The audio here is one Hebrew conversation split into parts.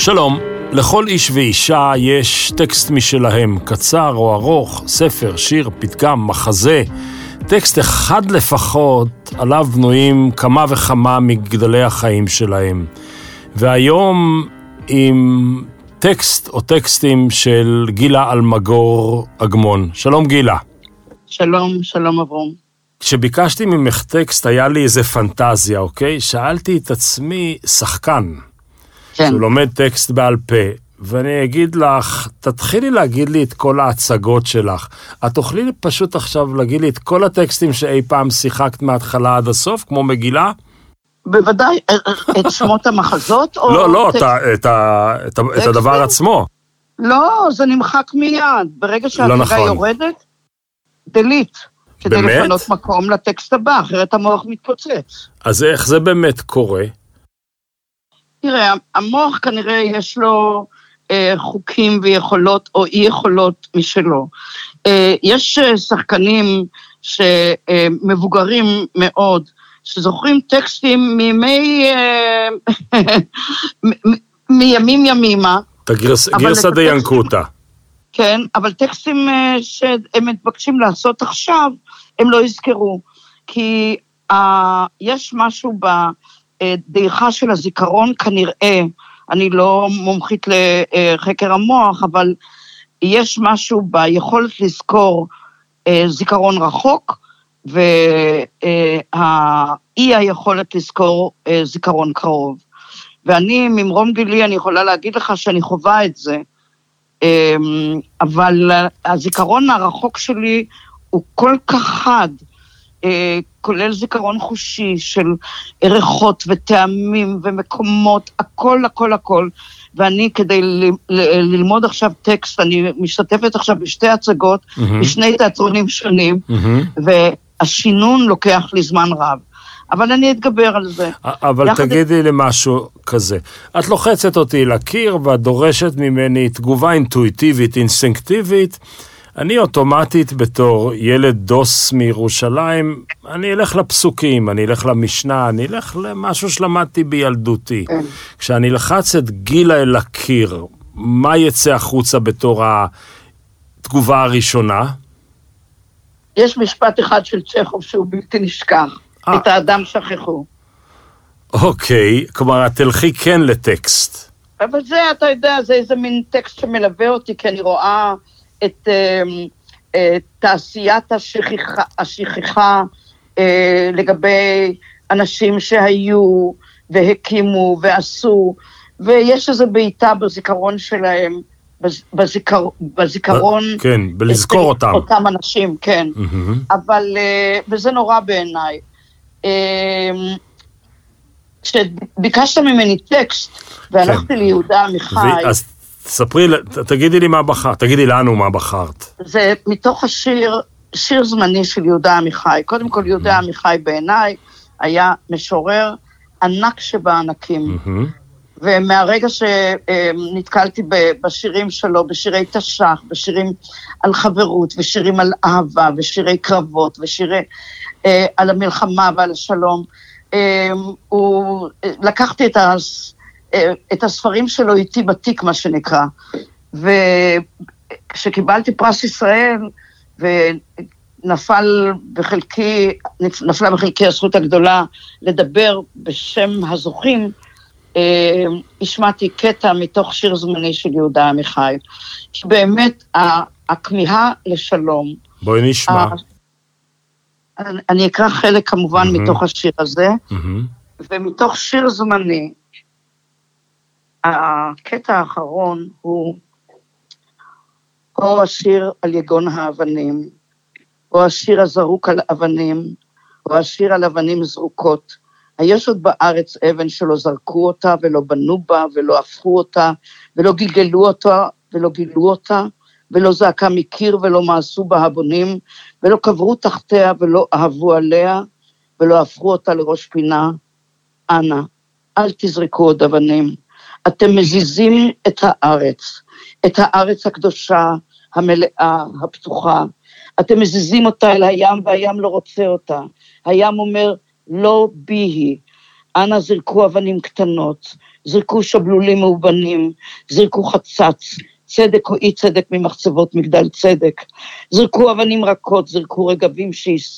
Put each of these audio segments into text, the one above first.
שלום, לכל איש ואישה יש טקסט משלהם, קצר או ארוך, ספר, שיר, פתגם, מחזה. טקסט אחד לפחות עליו בנויים כמה וכמה מגדלי החיים שלהם. והיום עם טקסט או טקסטים של גילה אלמגור אגמון. שלום גילה. שלום, שלום אברום. כשביקשתי ממך טקסט היה לי איזה פנטזיה, אוקיי? שאלתי את עצמי שחקן. כן. שהוא לומד טקסט בעל פה, ואני אגיד לך, תתחילי להגיד לי את כל ההצגות שלך. את תוכלי פשוט עכשיו להגיד לי את כל הטקסטים שאי פעם שיחקת מההתחלה עד הסוף, כמו מגילה? בוודאי, את שמות המחזות? לא, את הדבר עצמו. לא, זה נמחק מיד. ברגע שההצגה יורדת, דליט. כדי לפנות מקום לטקסט הבא, אחרת המוח מתפוצץ. אז איך זה באמת קורה? תראה, המוח כנראה יש לו חוקים ויכולות או אי יכולות משלו. יש שחקנים שמבוגרים מאוד, שזוכרים טקסטים מימים ימימה. גרסא דיינקותא. כן, אבל טקסטים שהם מתבקשים לעשות עכשיו, הם לא יזכרו. כי יש משהו בדעיכה של הזיכרון כנראה, אני לא מומחית לחקר המוח, אבל יש משהו ביכולת לזכור זיכרון רחוק, והאי היכולת לזכור זיכרון קרוב. ואני, ממרום גילי, אני יכולה להגיד לך שאני חווה את זה, אבל הזיכרון הרחוק שלי הוא כל כך חד, כולל זיכרון חושי של ריחות וטעמים ומקומות, הכל, ואני כדי ללמוד עכשיו טקסט, אני משתתפת עכשיו בשתי הצגות, בשני תיאטרונים שונים, והשינון לוקח לי זמן רב. אבל אני אתגבר על זה. אבל תגידי לי משהו כזה. את לוחצת אותי לקיר ואת דורשת ממני תגובה אינטואיטיבית, אינסטינקטיבית. אני אוטומטית בתור ילד דוס מירושלים, אני אלך לפסוקים, אני אלך למשנה, אני אלך למשהו שלמדתי בילדותי. כשאני לחץ את גילה אל הקיר, מה יצא החוצה בתור התגובה הראשונה? יש משפט אחד של צ'כוב שהוא בלתי נשכח. את האדם שכחו. אוקיי, כלומר, תלכי כן לטקסט. אבל זה, אתה יודע, זה איזה מין טקסט שמלווה אותי, כי אני רואה את תעשיית השכחה לגבי אנשים שהיו והקימו ועשו, ויש איזו בעיטה בזיכרון שלהם, בזיכרון... כן, בלזכור אותם. אותם אנשים, כן. אבל, וזה נורא בעיניי. כשביקשת ממני טקסט, והלכתי ליהודה עמיחי... אז תספרי, תגידי לי מה בחרת, תגידי לנו מה בחרת. זה מתוך שיר זמני של יהודה עמיחי. קודם כל, יהודה עמיחי בעיניי היה משורר ענק שבענקים. ומהרגע שנתקלתי בשירים שלו, בשירי תש"ח, בשירים על חברות, ושירים על אהבה, ושירי קרבות, ושירי על המלחמה ועל השלום, לקחתי את הספרים שלו איתי בתיק, מה שנקרא. וכשקיבלתי פרס ישראל, נפלה בחלקי הזכות הגדולה לדבר בשם הזוכים, השמעתי קטע מתוך שיר זמני של יהודה עמיחי, כי באמת הכמיהה לשלום. בואי נשמע. אני אקרא חלק כמובן מתוך השיר הזה, ומתוך שיר זמני, הקטע האחרון הוא, או השיר על יגון האבנים, או השיר הזרוק על אבנים, או השיר על אבנים זרוקות, היש עוד בארץ אבן שלא זרקו אותה, ולא בנו בה, ולא הפכו אותה, ולא גלגלו אותה, ולא גילו אותה, ולא זעקה מקיר, ולא מעשו בה הבונים, ולא קברו תחתיה, ולא אהבו עליה, ולא הפכו אותה לראש פינה. אנא, אל תזרקו עוד אבנים. אתם מזיזים את הארץ הקדושה, המלאה, הפתוחה. אתם מזיזים אותה אל הים, והים לא רוצה אותה. הים אומר, לא בי היא. אנא זרקו אבנים קטנות, זרקו שבלולים מאובנים, זרקו חצץ, צדק או אי צדק ממחצבות מגדל צדק, זרקו אבנים רכות, זרקו רגבים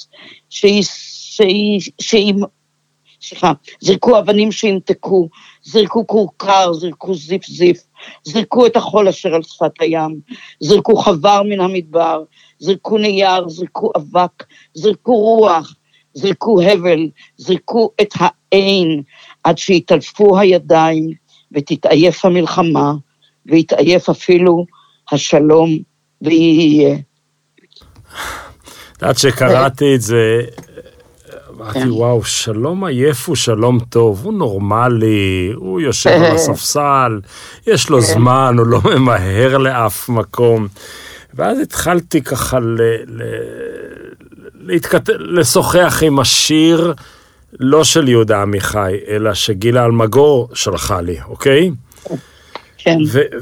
זרקו אבנים שימתקו, זרקו קורקר, זרקו זיף, זרקו את החול אשר על שפת הים, זרקו חבר מן המדבר, זרקו נייר, זרקו אבק, זרקו רוח, זרקו הבל, זרקו את העין, עד שיתעלפו הידיים, ותתעייף המלחמה, ויתעייף אפילו השלום, ויהיה. עד שקראתי את זה, אמרתי, וואו, שלום עייף הוא שלום טוב, הוא נורמלי, הוא יושב על הספסל, יש לו זמן, הוא לא ממהר לאף מקום. ואז התחלתי ככה לשוחח עם השיר, לא של יהודה עמיחי, אלא שגילה אלמגור שלחה לי, אוקיי? כן.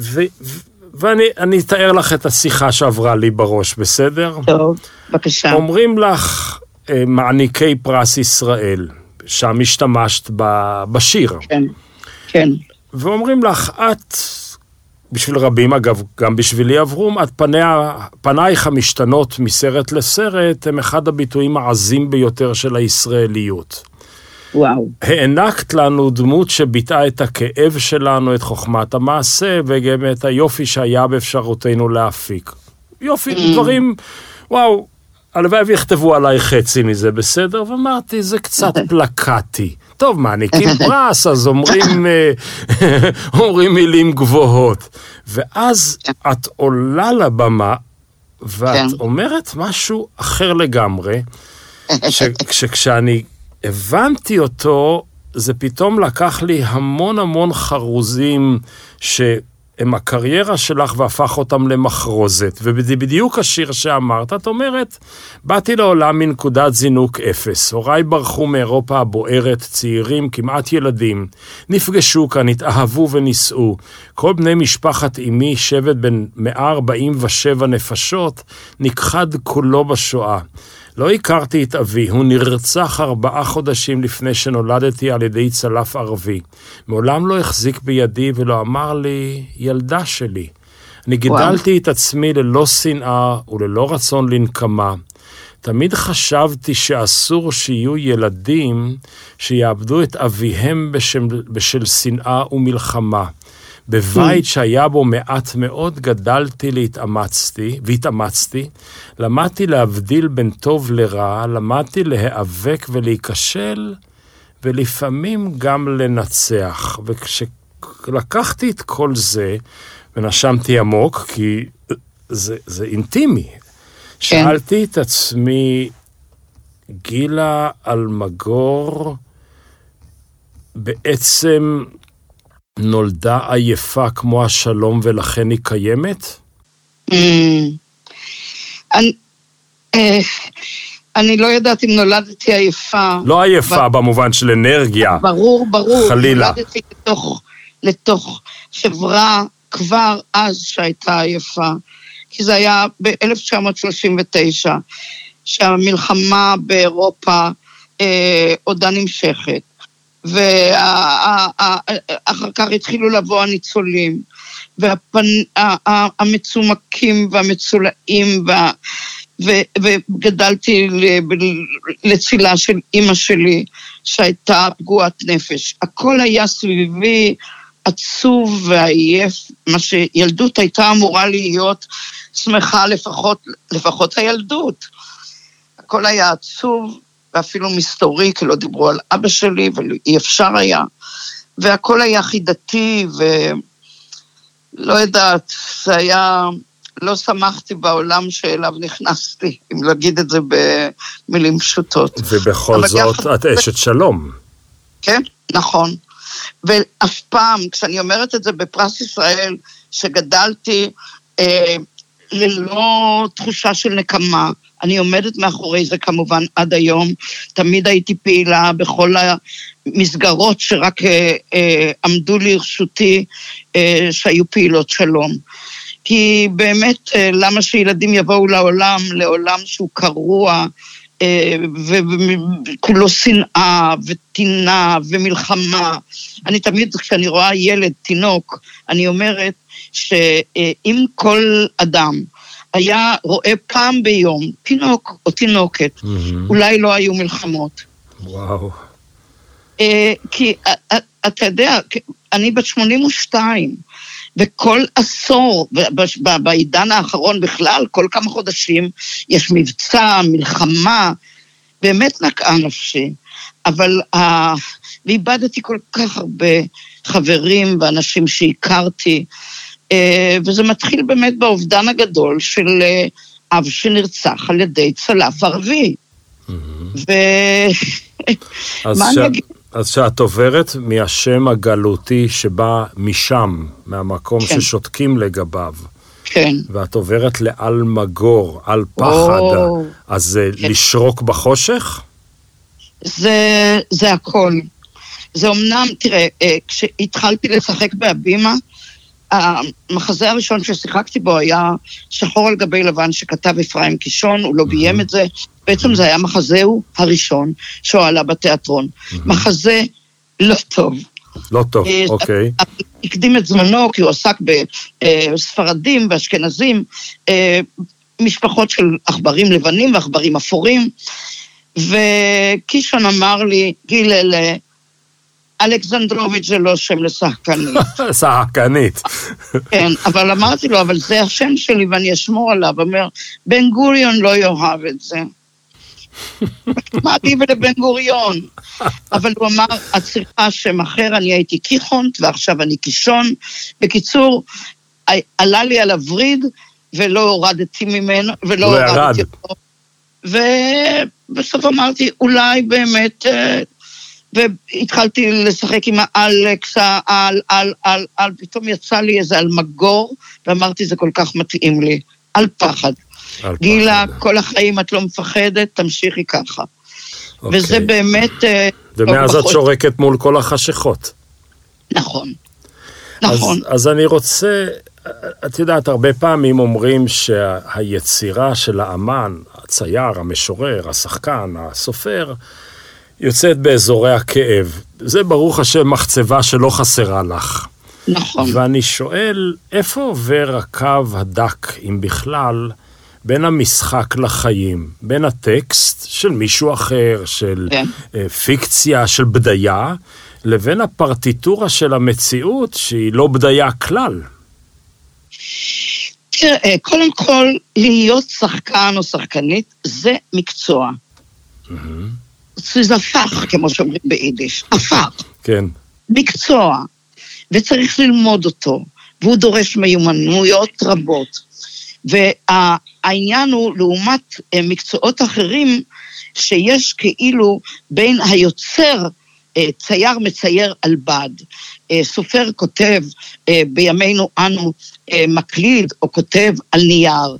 ואני אתאר לך את השיחה שעברה לי בראש, בסדר? טוב, בבקשה. אומרים לך מעניקי פרס ישראל, שם השתמשת בשיר. כן, כן. ואומרים לך, את, בשביל רבים אגב, גם בשבילי אברום, את פנייך המשתנות מסרט לסרט, הם אחד הביטויים העזים ביותר של הישראליות. וואו. הענקת לנו דמות שביטאה את הכאב שלנו, את חוכמת המעשה, וגם את היופי שהיה באפשרותנו להפיק. יופי, דברים, וואו, הלוואי ויכתבו עליי חצי מזה, בסדר? ואמרתי, זה קצת פלקטי. טוב, מעניקים פרס, אז אומרים מילים גבוהות. ואז את עולה לבמה, ואת אומרת משהו אחר לגמרי, שכשאני הבנתי אותו, זה פתאום לקח לי המון חרוזים שהם הקריירה שלך והפך אותם למחרוזת. ובדיוק השיר שאמרת, את אומרת, באתי לעולם מנקודת זינוק אפס. הוריי ברחו מאירופה הבוערת, צעירים, כמעט ילדים. נפגשו כאן, התאהבו ונישאו. כל בני משפחת אמי, שבט בין 147 נפשות, נכחד כולו בשואה. לא הכרתי את אבי, הוא נרצח 4 חודשים לפני שנולדתי על ידי צלף ערבי. מעולם לא החזיק בידי ולא אמר לי, ילדה שלי. אני גידלתי את עצמי ללא שנאה וללא רצון לנקמה. תמיד חשבתי שאסור שיהיו ילדים שיאבדו את אביהם בשל שנאה ומלחמה. בבית שהיה בו מעט מאוד גדלתי והתאמצתי, למדתי להבדיל בין טוב לרע, למדתי להיאבק ולהיכשל, ולפעמים גם לנצח. וכשלקחתי את כל זה, ונשמתי עמוק, כי זה אינטימי, שאלתי את עצמי, גילה אלמגור בעצם נולדה עייפה כמו השלום ולכן היא קיימת? אני לא יודעת אם נולדתי עייפה. לא עייפה במובן של אנרגיה. ברור. חלילה. נולדתי לתוך חברה כבר אז שהייתה עייפה. כי זה היה ב-1939, שהמלחמה באירופה עודה נמשכת. ואחר כך התחילו לבוא הניצולים, והמצומקים והמצולעים, וגדלתי לצילה של אמא שלי, שהייתה פגועת נפש. הכל היה סביבי עצוב ועייף, מה שילדות הייתה אמורה להיות שמחה, לפחות הילדות. הכל היה עצוב, ואפילו מסתורי, כי לא דיברו על אבא שלי, ואי אפשר היה. והכל היה חידתי, ולא יודעת, זה היה, לא שמחתי בעולם שאליו נכנסתי, אם להגיד את זה במילים פשוטות. ובכל זאת, את אשת שלום. כן, נכון. ואף פעם, כשאני אומרת את זה בפרס ישראל, שגדלתי ללא תחושה של נקמה, אני עומדת מאחורי זה כמובן עד היום, תמיד הייתי פעילה בכל המסגרות שרק עמדו לרשותי, שהיו פעילות שלום. כי באמת, למה שילדים יבואו לעולם שהוא קרוע, וכולו שנאה וטינה ומלחמה. אני תמיד, כשאני רואה ילד, תינוק, אני אומרת שאם כל אדם היה רואה פעם ביום תינוק או תינוקת, אולי לא היו מלחמות. וואו. כי אתה יודע, אני בת 82, וכל עשור, בעידן האחרון בכלל, כל כמה חודשים, יש מבצע, מלחמה, באמת נקעה נפשי, אבל ואיבדתי כל כך הרבה חברים ואנשים שהכרתי, וזה מתחיל באמת באובדן הגדול של אב שנרצח על ידי צלף ערבי. מה אני אגיד? אז שאת עוברת מהשם הגלותי שבא משם, מהמקום ששותקים לגביו, כן. ואת עוברת לאל מגור, על פחד, אז זה לשרוק בחושך? זה הכל. זה אומנם, תראה, כשהתחלתי לשחק בהבימה, המחזה הראשון ששיחקתי בו היה שחור על גבי לבן שכתב אפרים קישון, הוא לא ביים את זה, בעצם זה היה מחזהו הראשון שהוא עלה בתיאטרון. מחזה לא טוב. לא טוב, אוקיי. הקדים את זמנו כי הוא עסק בספרדים ואשכנזים, משפחות של עכברים לבנים ועכברים אפורים, וקישון אמר לי, גיל אלה, אלכסנדרוביץ' זה לא שם לשחקנית. שחקנית. כן, אבל אמרתי לו, אבל זה השם שלי ואני אשמור עליו. אומר, בן גוריון לא יאהב את זה. אמרתי לבן גוריון. אבל הוא אמר, את צריכה שם אחר, אני הייתי קיחונט ועכשיו אני קישון. בקיצור, עלה לי על הווריד ולא הורדתי ממנו, ולא הורדתי אותו. ובסוף אמרתי, אולי באמת... והתחלתי לשחק עם האלכס, פתאום יצא לי איזה על מגור, ואמרתי, זה כל כך מתאים לי, על פחד. גילה, כל החיים את לא מפחדת, תמשיכי ככה. וזה באמת... ומאז את שורקת מול כל החשכות. נכון, נכון. אז אני רוצה, את יודעת, הרבה פעמים אומרים שהיצירה של האמן, הצייר, המשורר, השחקן, הסופר, יוצאת באזורי הכאב. זה ברוך השם מחצבה שלא חסרה לך. נכון. ואני שואל, איפה עובר הקו הדק, אם בכלל, בין המשחק לחיים, בין הטקסט של מישהו אחר, של פיקציה, של בדיה, לבין הפרטיטורה של המציאות, שהיא לא בדיה כלל? תראה, קודם כל, להיות שחקן או שחקנית, זה מקצוע. זה הפך, כמו שאומרים ביידיש, הפך. כן. מקצוע, וצריך ללמוד אותו, והוא דורש מיומנויות רבות. והעניין הוא, לעומת מקצועות אחרים, שיש כאילו בין היוצר, צייר מצייר על בד, סופר כותב בימינו אנו מקליד, או כותב על נייר.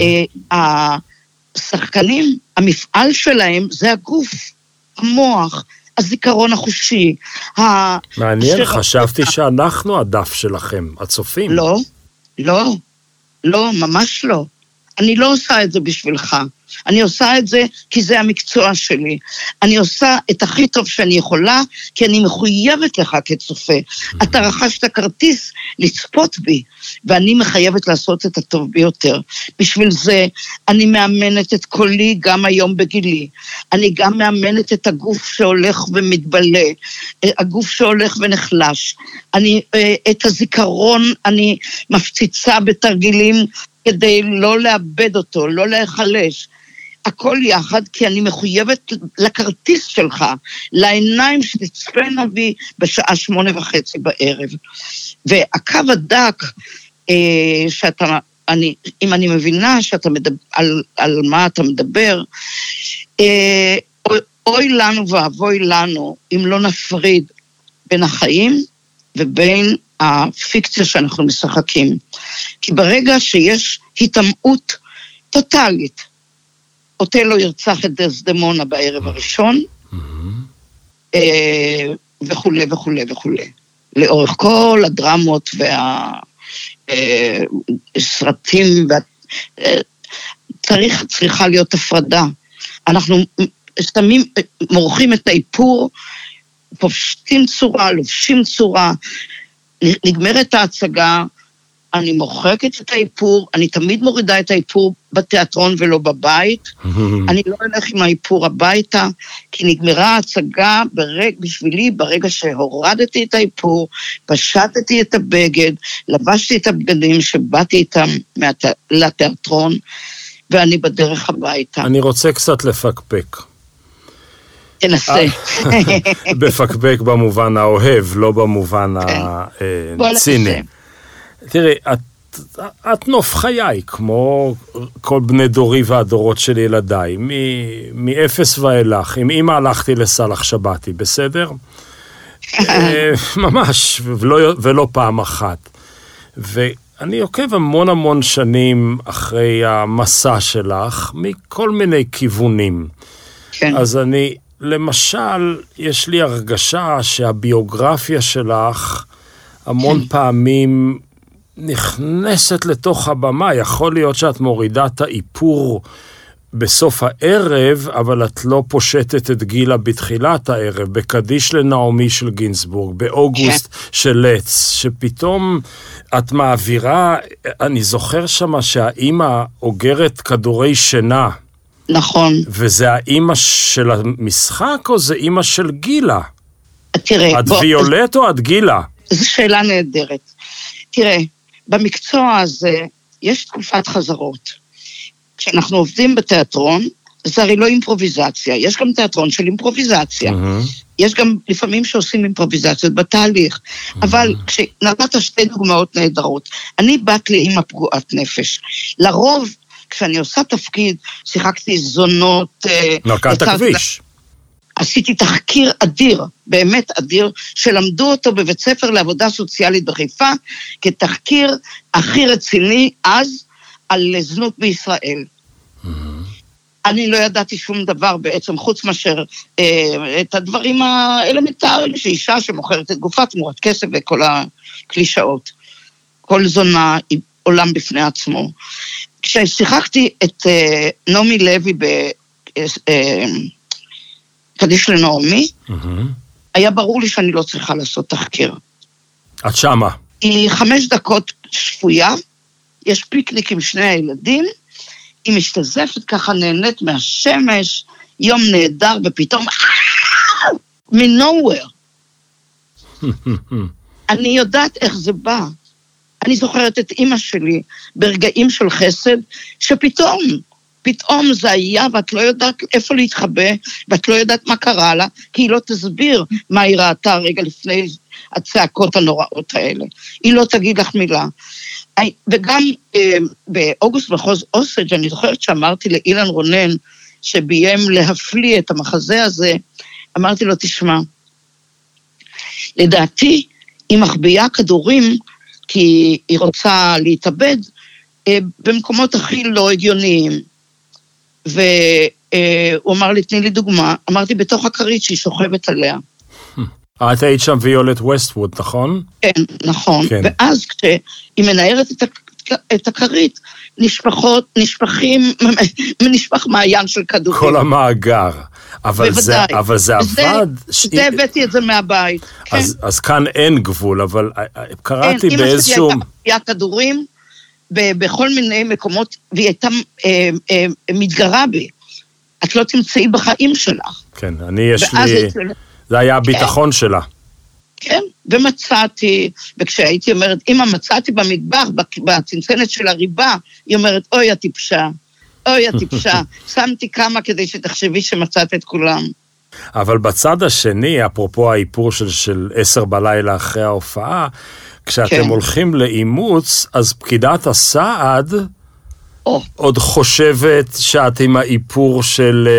השחקנים, המפעל שלהם זה הגוף, המוח, הזיכרון החושי. מעניין, חשבתי שאנחנו הדף שלכם, הצופים. לא, לא, לא, ממש לא. אני לא עושה את זה בשבילך. אני עושה את זה כי זה המקצוע שלי. אני עושה את הכי טוב שאני יכולה, כי אני מחויבת לך כצופה. אתה רכשת כרטיס לצפות בי, ואני מחייבת לעשות את הטוב ביותר. בשביל זה אני מאמנת את קולי גם היום בגילי. אני גם מאמנת את הגוף שהולך ומתבלה, הגוף שהולך ונחלש. את הזיכרון אני מפציצה בתרגילים, כדי לא לאבד אותו, לא להיחלש. הכל יחד, כי אני מחויבת לכרטיס שלך, לעיניים שתצפנה בי בשעה 8:30 בערב. והקו הדק, אם אני מבינה שאתה מדבר, על מה אתה מדבר, אוי לנו ואבוי לנו, אם לא נפריד בין החיים ובין הפיקציה שאנחנו משחקים. כי ברגע שיש התאמות טוטלית, אוטלו ירצח את דסדמונה בערב הראשון, וכו' וכו' וכו'. לאורך כל הדרמות והסרטים, צריכה להיות הפרדה. אנחנו מורחים את האיפור, פושטים צורה, לובשים צורה, נגמרת ההצגה, אני מוחקת את האיפור, אני תמיד מורידה את האיפור בתיאטרון ולא בבית, אני לא אלך עם האיפור הביתה, כי נגמרה ההצגה בשבילי, ברגע שהורדתי את האיפור, פשטתי את הבגד, לבשתי את הבגדים שבאתי איתם לתיאטרון, ואני בדרך הביתה. אני רוצה קצת לפקפק. תנסה. בפקפק במובן האוהב, לא במובן הציני. תראי, את נוף חיי, כמו כל בני דורי והדורות של ילדיי, מאפס ואילך, עם אמא הלכתי לסלח שבתי, בסדר? ממש, ולא פעם אחת. ואני עוקב המון שנים אחרי המסע שלך, מכל מיני כיוונים. כן. אז אני, למשל, יש לי הרגשה שהביוגרפיה שלך המון פעמים נכנסת לתוך הבמה. יכול להיות שאת מורידה את האיפור בסוף הערב, אבל את לא פושטת את גילה בתחילת הערב, בקדיש לנעמי של גינסבורג, באוגוסט של לץ, שפתאום את מעבירה, אני זוכר שמה שהאימא אוגרת כדורי שינה. נכון. וזה האימא של המשחק או זה אימא של גילה? תראה, את ויולט או את גילה? זו שאלה נהדרת. תראה, במקצוע הזה יש תקופת חזרות. כשאנחנו עובדים בתיאטרון, זה הרי לא אימפרוביזציה, יש גם תיאטרון של אימפרוביזציה. יש גם לפעמים שעושים אימפרוביזציות בתהליך, אבל כשנתת שתי דוגמאות נהדרות, אני בת לאמא פגועת נפש. לרוב, כשאני עושה תפקיד, שיחקתי זונות... מלכת הכביש. עשיתי תחקיר אדיר, באמת אדיר, שלמדו אותו בבית ספר לעבודה סוציאלית בחיפה, כתחקיר הכי רציני אז, על זנות בישראל. אני לא ידעתי שום דבר בעצם, חוץ מאשר את הדברים האלמנטריים, שאישה שמוכרת את גופה תמורת כסף וכל הקלישאות. כל זונה היא עולם בפני עצמו. כששיחקתי את נעמי לוי קדיש לנעמי, היה ברור לי שאני לא צריכה לעשות תחקיר. את שמה. היא 5 דקות שפויה, יש פיקניק עם שני הילדים, היא משתזפת ככה, נהנית מהשמש, יום נהדר, ופתאום, מנוהוור. אני יודעת איך זה בא. אני זוכרת את אמא שלי ברגעים של חסד, פתאום זה היה, ואת לא יודעת איפה להתחבא, ואת לא יודעת מה קרה לה, כי היא לא תסביר מה היא ראתה רגע לפני הצעקות הנוראות האלה. היא לא תגיד לך מילה. וגם באוגוסט מחוז אוסג' אני זוכרת שאמרתי לאילן רונן, שביים להפליא את המחזה הזה, אמרתי לו, תשמע, לדעתי, היא מחביאה כדורים, כי היא רוצה להתאבד, במקומות הכי לא הגיוניים. והוא אמר לי, תני לי דוגמה, אמרתי, בתוך הכרית שהיא שוכבת עליה. את היית שם ויולט ווסטווד, נכון? כן, נכון. כן. ואז כשהיא מנערת את הכרית, נשפך מעיין של כדורים. כל המאגר. אבל זה עבד. זה הבאתי את זה מהבית. אז כאן אין גבול, אבל קראתי באיזשהו... אמא שלי הייתה מחביאה כדורים בכל מיני מקומות, והיא הייתה מתגרה בי. את לא תמצאי בחיים שלך. כן, זה היה הביטחון שלה. כן, ומצאתי, וכשהייתי אומרת, אמא מצאתי במטבח, בצנצנת של הריבה, היא אומרת, אוי הטיפשה, שמתי כמה כדי שתחשבי שמצאת את כולם. אבל בצד השני, אפרופו האיפור של 10 בלילה אחרי ההופעה, כשאתם הולכים לאימוץ, אז פקידת הסעד עוד חושבת שאת עם האיפור של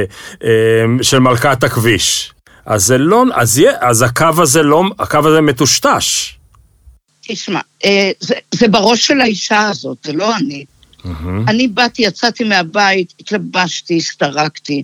מלכת הכביש. אז זה לא, אז הקו הזה מטושטש. תשמע, זה בראש של האישה הזאת, זה לא אני. אני באתי, יצאתי מהבית, התלבשתי, הסתרקתי,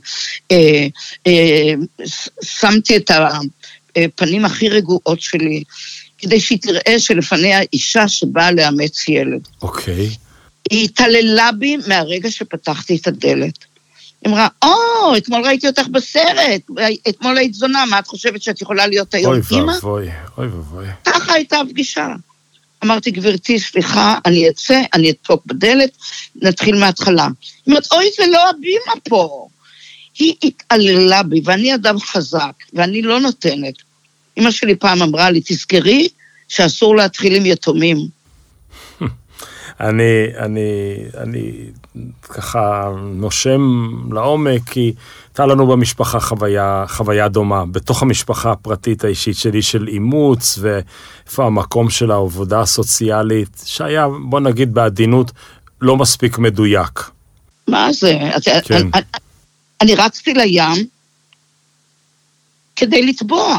שמתי את הפנים הכי רגועות שלי, כדי שהיא תראה שלפניה אישה שבאה לאמץ ילד. אוקיי. היא התעללה בי מהרגע שפתחתי את הדלת. היא אמרה, אתמול ראיתי אותך בסרט, אתמול היית זונה, מה את חושבת שאת יכולה להיות היום אימא? אוי ואבוי. ככה הייתה הפגישה. אמרתי, גברתי, סליחה, אני אצא, אני אדפוק בדלת, נתחיל מההתחלה. היא אומרת, אוי, זה לא הבימה פה. היא התעללה בי, ואני אדם חזק, ואני לא נותנת. אמא שלי פעם אמרה לי, תזכרי שאסור להתחיל עם יתומים. אני ככה נושם לעומק, כי הייתה לנו במשפחה חוויה דומה, בתוך המשפחה הפרטית האישית שלי של אימוץ, ואיפה המקום של העבודה הסוציאלית, שהיה, בוא נגיד בעדינות, לא מספיק מדויק. מה זה? כן. אני רצתי לים כדי לטבוע.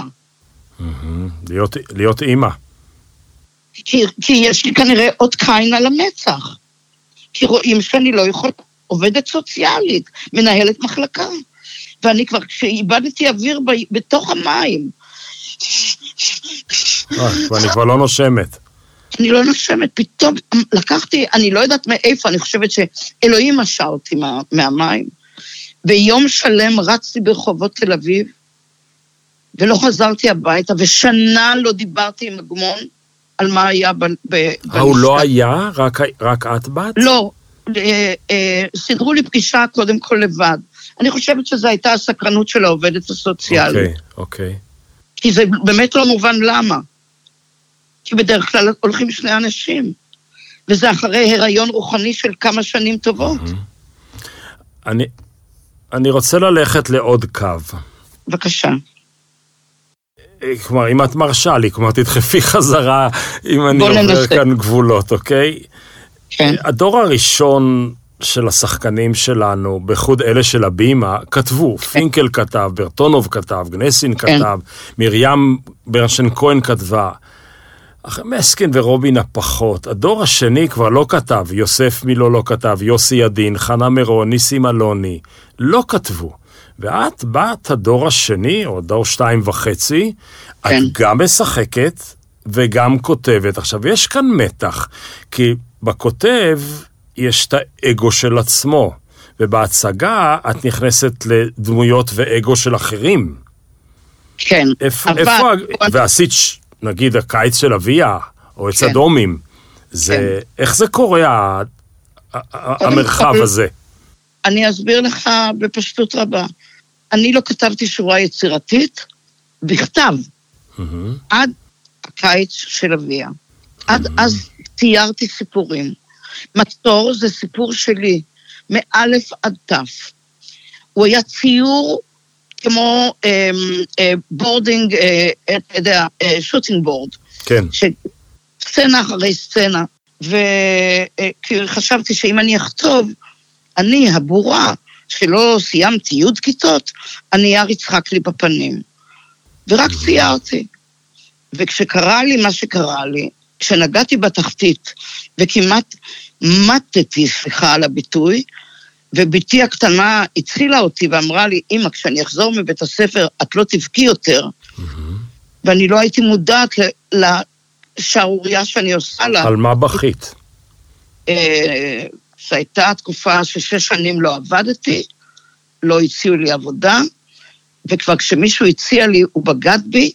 להיות אימא. כי יש לי כנראה עוד קין על המצח. כי רואים שאני לא יכול, עובדת סוציאלית, מנהלת מחלקה. ואני כבר, כשאיבדתי אוויר בתוך המים. ואני כבר לא נושמת. אני לא נושמת, פתאום לקחתי, אני לא יודעת מאיפה, אני חושבת שאלוהים משע אותי מהמים. ויום שלם רצתי ברחובות תל אביב, ולא חזרתי הביתה, ושנה לא דיברתי עם אגמון, על מה היה במשקל. הוא לא היה? רק את בת? לא, סידרו לי פגישה קודם כל לבד. אני חושבת שזו הייתה הסקרנות של העובדת הסוציאלית. אוקיי. כי זה באמת לא מובן למה. כי בדרך כלל הולכים שני אנשים, וזה אחרי הריון רוחני של כמה שנים טובות. אני רוצה ללכת לעוד קו. בבקשה. כלומר, אם את מרשה לי, כלומר, תדחפי חזרה, אם אני עובר כאן גבולות, אוקיי? כן. הדור הראשון של השחקנים שלנו, בחוד אלה של הבימה, כתבו, פינקל כתב, ברטונוב כתב, גנסין כתב, מרים ברנשטיין כהן כתבה, מסקין ורובין הפחות. הדור השני כבר לא כתב, יוסף מילו לא כתב, יוסי ידין, חנה מרון, ניסים אלוני, לא כתבו. ואת באת הדור השני, או דור 2.5, את גם משחקת וגם כותבת. עכשיו, יש כאן מתח, כי בכותב יש את האגו של עצמו, ובהצגה את נכנסת לדמויות ואגו של אחרים. כן. ועשית, נגיד, הקיץ של אביה, או עץ אדומים. איך זה קורה, המרחב הזה? אני אסביר לך בפשטות רבה. אני לא כתבתי שורה יצירתית, בכתב, עד הקיץ של אביה. עד אז תיארתי סיפורים. מצור זה סיפור שלי, מאלף עד תף. הוא היה ציור כמו בורדינג, אתה יודע, שוטינג בורד. כן. סצנה אחרי סצנה. וחשבתי שאם אני אכתוב, אני הבורה, שלא סיימתי י' כיתות, הנייר יצחק לי בפנים. ורק ציירתי. וכשקרה לי מה שקרה לי, כשנגעתי בתחתית, וכמעט מתתי, סליחה על הביטוי, וביתי הקטנה הצילה אותי ואמרה לי, אמא, כשאני אחזור מבית הספר, את לא תבכי יותר. ואני לא הייתי מודעת לשערוריה שאני עושה לה. על מה בכית? זו הייתה תקופה ש6 שנים לא עבדתי, לא הציעו לי עבודה, וכבר כשמישהו הציע לי, הוא בגד בי,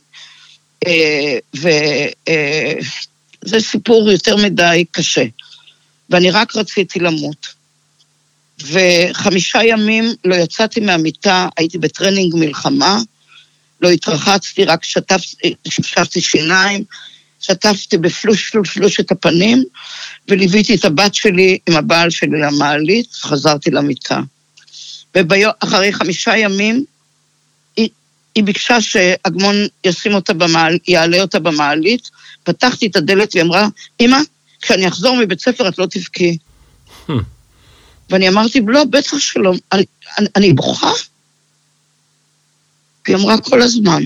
וזה סיפור יותר מדי קשה. ואני רק רציתי למות. ו5 ימים לא יצאתי מהמיטה, הייתי בטרנינג מלחמה, לא התרחצתי, רק שפשפתי שיניים, שטפתי בפלוש את הפנים, וליוויתי את הבת שלי עם הבעל שלי למעלית, חזרתי למיטה. ואחרי 5 ימים, היא ביקשה שאגמון יעלה אותה במעלית, פתחתי את הדלת והיא אמרה, אמא, כשאני אחזור מבית ספר את לא תבכי. ואני אמרתי, לא, בטח שלא, אני בוכה? היא אמרה כל הזמן.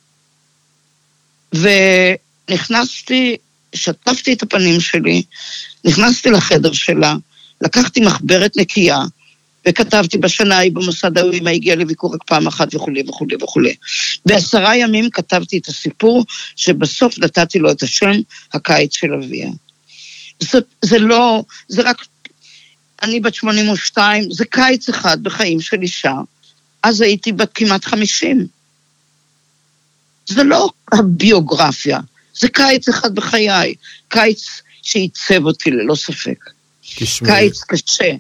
ונכנסתי, שטפתי את הפנים שלי, נכנסתי לחדר שלה, לקחתי מחברת נקייה, וכתבתי בשנה ההיא במוסד האמא הגיעה לביקור רק פעם אחת וכו' וכו' וכו'. ב10 ימים כתבתי את הסיפור, שבסוף נתתי לו את השם, הקיץ של אביה. זה לא, זה רק, אני בת 82, זה קיץ אחד בחיים של אישה, אז הייתי בת כמעט 50. זה לא הביוגרפיה, זה קיץ אחד בחיי, קיץ שעיצב אותי ללא ספק. תשמעי. קיץ קשה,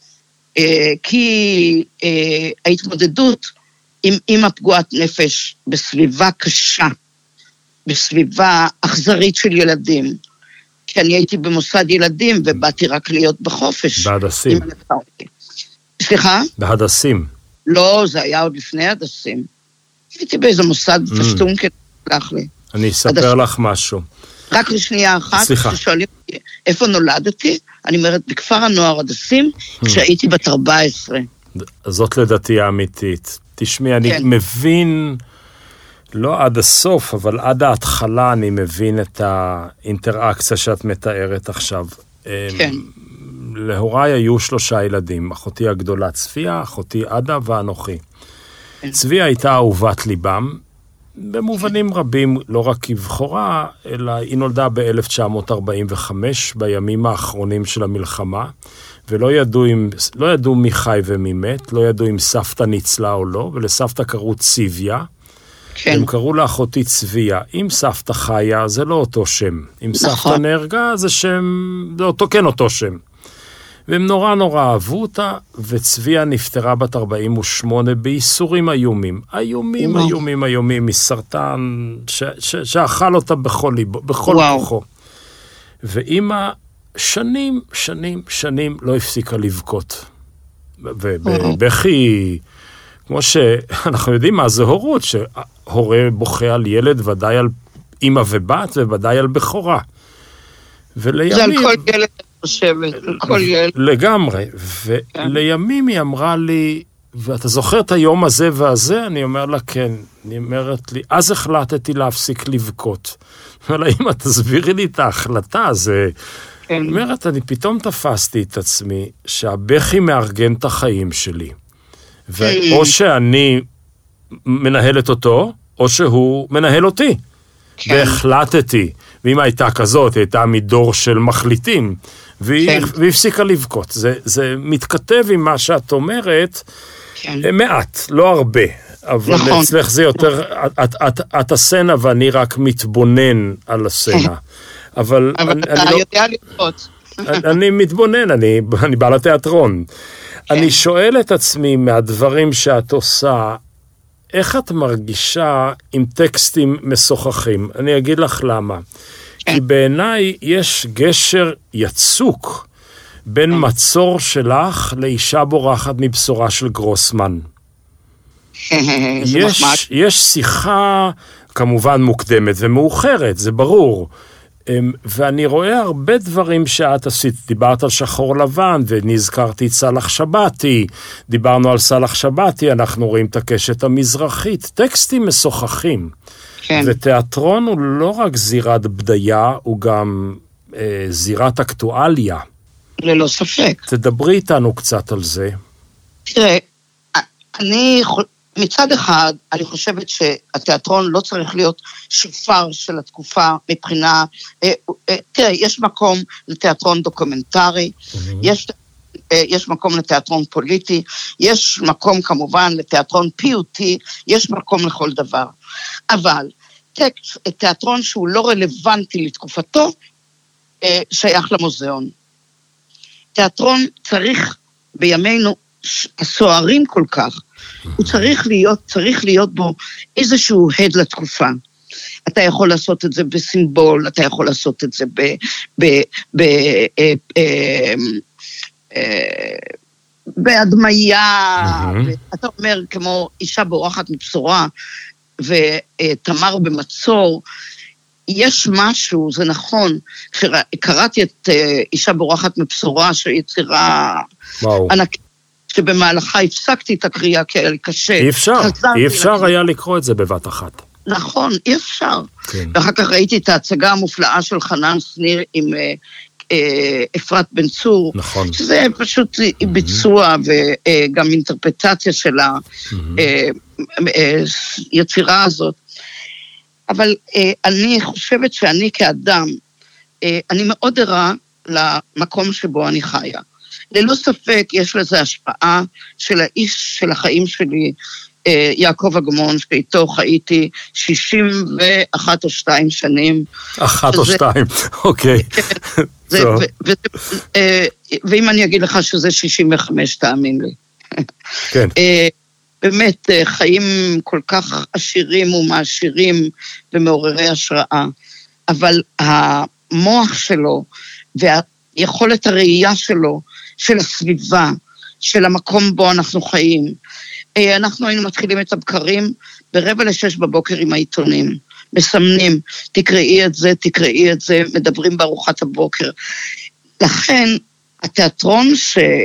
כי ההתמודדות עם אמא פגועת נפש בסביבה קשה, בסביבה אכזרית של ילדים, כי אני הייתי במוסד ילדים ובאתי רק להיות בחופש. בהדסים. סליחה? בהדסים. לא, זה היה עוד לפני הדסים. הייתי באיזה מוסד פשטון כתלך לי. אני אספר לך משהו. רק לשנייה אחת, סליחה. ששואלים איפה נולדתי, אני אומרת, בכפר הנוער הדסים, כשהייתי בת 14. זאת לדעתי האמיתית. תשמעי, אני מבין, לא עד הסוף, אבל עד ההתחלה אני מבין את האינטראקציה שאת מתארת עכשיו. כן. להוריי היו 3 ילדים, אחותי הגדולה צביה, אחותי עדה ואנוכי. צביה הייתה אהובת ליבם, במובנים רבים, לא רק כבחורה, אלא היא נולדה ב-1945, בימים האחרונים של המלחמה, ולא ידעו מי חי ומי מת, לא ידעו אם סבתא ניצלה או לא, ולסבתא קראו צביה, כן. הם קראו לאחותי צביה. אם סבתא חיה, זה לא אותו שם. אם סבתא נהרגה, זה אותו שם. והם נורא נורא אהבו אותה, וצביה נפטרה בת 48 בייסורים איומים. איומים מסרטן, שאכל אותה בכל ליבו, בכל כוחו. ואמא שנים לא הפסיקה לבכות. ובכי, כמו שאנחנו יודעים מה זה הורות, שהורה בוכה על ילד, ודאי על אמא ובת, וודאי על בכורה. ולימים... זה על כל ילד חושבת, על כל ילד. לגמרי. ולימים היא אמרה לי, ואתה זוכר את היום הזה והזה? אני אומר לה, כן. היא אומרת לי, אז החלטתי להפסיק לבכות. אבל אמא, תסבירי לי את ההחלטה, זה... היא אומרת, אני פתאום תפסתי את עצמי, שהבכי מארגן את החיים שלי. או שאני מנהלת אותו, או שהוא מנהל אותי. והחלטתי, ואם הייתה כזאת, הייתה מדור של מחליטים, והיא הפסיקה לבכות. זה מתכתב עם מה שאת אומרת, מעט, לא הרבה, אבל אצלך זה יותר, את הסצנה ואני רק מתבונן על הסצנה. אבל אתה יודע לבכות. אני מתבונן, אני בא לתיאטרון. אני שואל את עצמי מהדברים שאת עושה, איך את מרגישה עם טקסטים משוחחים? אני אגיד לך למה. כי בעיניי יש גשר יצוק בין מצור שלך לאישה בורחת מבשורה של גרוסמן. יש שיחה כמובן מוקדמת ומאוחרת, זה ברור. ואני רואה הרבה דברים שאת עשית, דיברת על שחור לבן, ונזכרתי את סלח שבתי, דיברנו על סלח שבתי, אנחנו רואים את הקשת המזרחית, טקסטים משוחחים. כן. ותיאטרון הוא לא רק זירת בדיה, הוא גם זירת אקטואליה. ללא ספק. תדברי איתנו קצת על זה. תראה, מצד אחד, אני חושבת שהתיאטרון לא צריך להיות שופר של התקופה מבחינה, תראה, יש מקום לתיאטרון דוקומנטרי, יש מקום לתיאטרון פוליטי, יש מקום כמובן לתיאטרון פיוטי, יש מקום לכל דבר. אבל תיאטרון שהוא לא רלוונטי לתקופתו, שייך למוזיאון. תיאטרון צריך בימינו הסוערים כל כך, הוא צריך להיות בו איזשהו הד לתקופה. אתה יכול לעשות את זה בסימבול, אתה יכול לעשות את זה בהדמיה, אתה אומר כמו אישה בורחת מבשורה, ותמר במצור, יש משהו, זה נכון, קראתי את אישה בורחת מבשורה, שיצירה ענקית, שבמהלכה הפסקתי את הקריאה, כי היה לי קשה. אי אפשר היה לקרוא את זה בבת אחת. נכון, אי אפשר. ואחר כך ראיתי את ההצגה המופלאה של חנן סניר עם אפרת בן צור, שזה פשוט ביצוע וגם אינטרפטציה של היצירה הזאת. אבל אני חושבת שאני כאדם, אני מאוד ערה למקום שבו אני חיה. ללא ספק יש לזה השפעה של האיש של החיים שלי, יעקב אגמון, שאיתו חייתי 61 או 2 שנים. 1 או 2, אוקיי. ואם אני אגיד לך שזה 65, תאמין לי. כן. באמת, חיים כל כך עשירים ומעשירים ומעוררי השראה, אבל המוח שלו והיכולת הראייה שלו, של הסביבה, של המקום בו אנחנו חיים, אנחנו היינו מתחילים את הבקרים 5:45 בבוקר עם העיתונים, מסמנים, תקראי את זה, מדברים בארוחת הבוקר. לכן, התיאטרון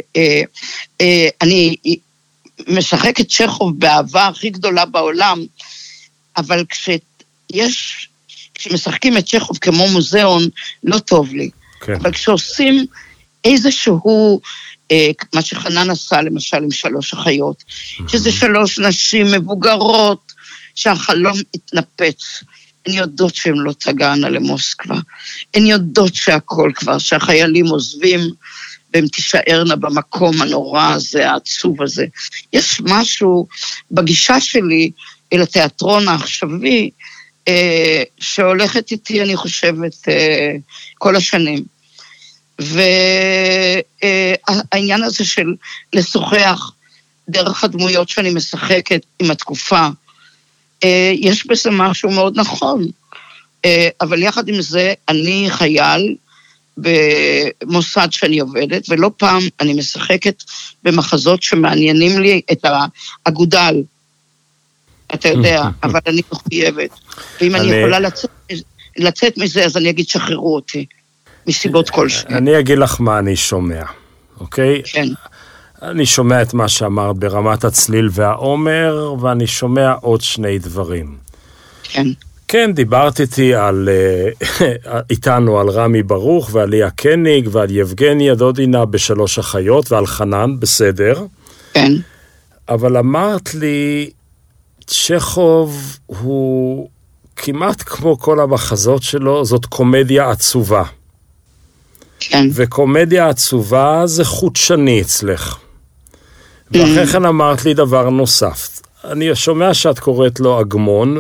שאני משחק את צ'כוב באהבה הכי גדולה בעולם, אבל כשמשחקים את צ'כוב כמו מוזיאון, לא טוב לי. כן. אבל כשעושים איזשהו, מה שחנן עשה למשל עם 3 אחיות, שזה 3 נשים מבוגרות, שהחלום התנפץ, הן יודעות שהן לא תגענה למוסקבה, הן יודעות שהכל כבר, שהחיילים עוזבים, והן תישארנה במקום הנורא הזה, העצוב הזה. יש משהו בגישה שלי אל התיאטרון העכשווי, שהולכת איתי, אני חושבת, כל השנים. והעניין הזה של לשוחח דרך הדמויות שאני משחקת עם התקופה, יש בזה משהו מאוד נכון. אבל יחד עם זה, אני חייל במוסד שאני עובדת, ולא פעם אני משחקת במחזות שמעניינים לי את האגודל. אתה יודע, אבל אני מחויבת. ואם אני יכולה לצאת מזה, אז אני אגיד שחררו אותי, מסיבות כלשהן. אני אגיד לך מה אני שומע, אוקיי? כן. אני שומע את מה שאמרת ברמת הצליל והעומר, ואני שומע עוד 2 דברים. כן. כן, דיברת איתנו על רמי ברוך ועל ליה קניג ועל יבגניה דודינה ב3 אחיות ועל חנן, בסדר. כן. אבל אמרת לי, צ'כוב הוא כמעט כמו כל המחזות שלו, זאת קומדיה עצובה. כן. וקומדיה עצובה זה חודשני אצלך. ואחרי כן אמרת לי דבר נוסף. אני שומע שאת קוראת לו אגמון,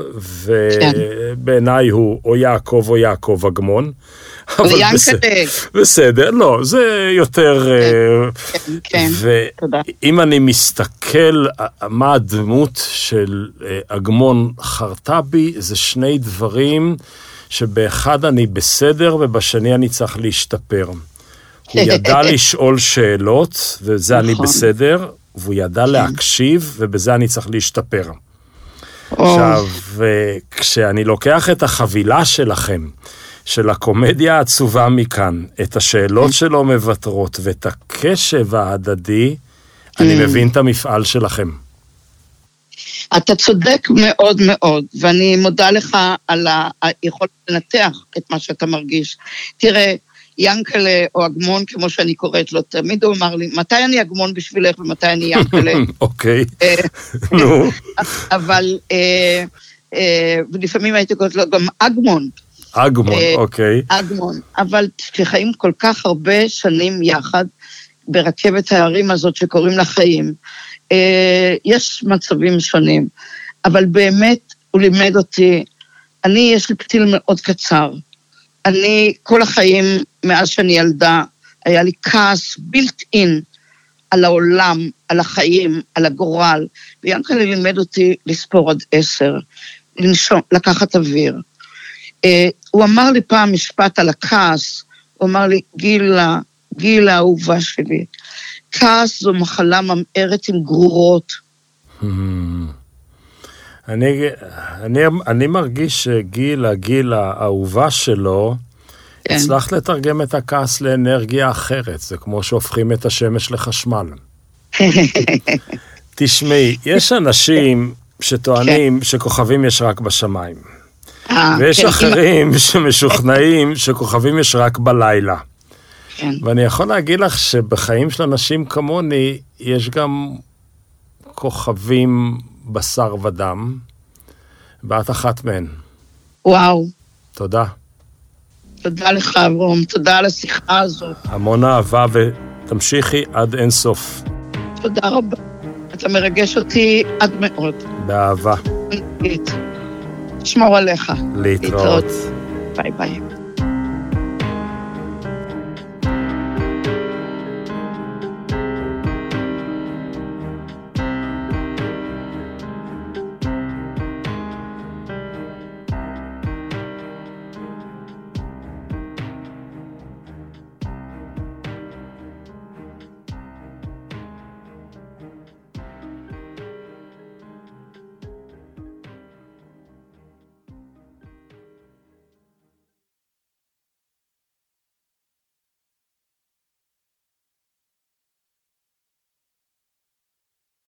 ובעיניי הוא או יעקב אגמון. או ינקלה. בסדר, לא, זה יותר... כן, תודה. ואם אני מסתכל מה הדמות של אגמון חרטה בי, זה 2 דברים שבאחד אני בסדר ובשני אני צריך להשתפר. הוא ידע לשאול שאלות, וזה אני בסדר, והוא ידע להקשיב, ובזה אני צריך להשתפר. עכשיו, כשאני לוקח את החבילה שלכם, של הקומדיה העצובה מכאן, את השאלות שלו מבטרות, ואת הקשב ההדדי, אני מבין את המפעל שלכם. אתה צודק מאוד מאוד, ואני מודה לך על היכולת לנתח את מה שאתה מרגיש. תראה, ינקלה או אגמון, כמו שאני קוראת לו, תמיד הוא אמר לי, מתי אני אגמון בשבילך ומתי אני ינקלה? אוקיי, נו. אבל לפעמים הייתי קוראת לו גם אגמון. אגמון, אוקיי. אגמון, אבל כשחיים כל כך הרבה שנים יחד, ברכבת הערים הזאת שקוראים לה חיים, יש מצבים שונים, אבל באמת הוא לימד אותי, יש לי פתיל מאוד קצר, אני כל החיים, מאז שאני ילדה, היה לי כעס בילט אין על העולם, על החיים, על הגורל, וינקלה לימד אותי לספור עד 10, לנשום, לקחת אוויר. הוא אמר לי פעם משפט על הכעס, הוא אמר לי, גילה האהובה שלי, כעס זו מחלה ממארת עם גרורות. אני מרגיש שגיל האהובה שלו, הצלחת לתרגם את הכעס לאנרגיה אחרת, זה כמו שהופכים את השמש לחשמל. תשמעי, יש אנשים שטוענים שכוכבים יש רק בשמיים, ויש אחרים שמשוכנעים שכוכבים יש רק בלילה. ואני יכול להגיד לך שבחיים של אנשים כמוני, יש גם כוכבים בשר ודם, ואת אחת מהן. וואו. תודה. תודה לך, אברום, תודה על השיחה הזאת. המון אהבה תמשיכי עד אין סוף. תודה רבה. אתה מרגש אותי עד מאוד. באהבה. שמור עליך. להתראות. ביי ביי.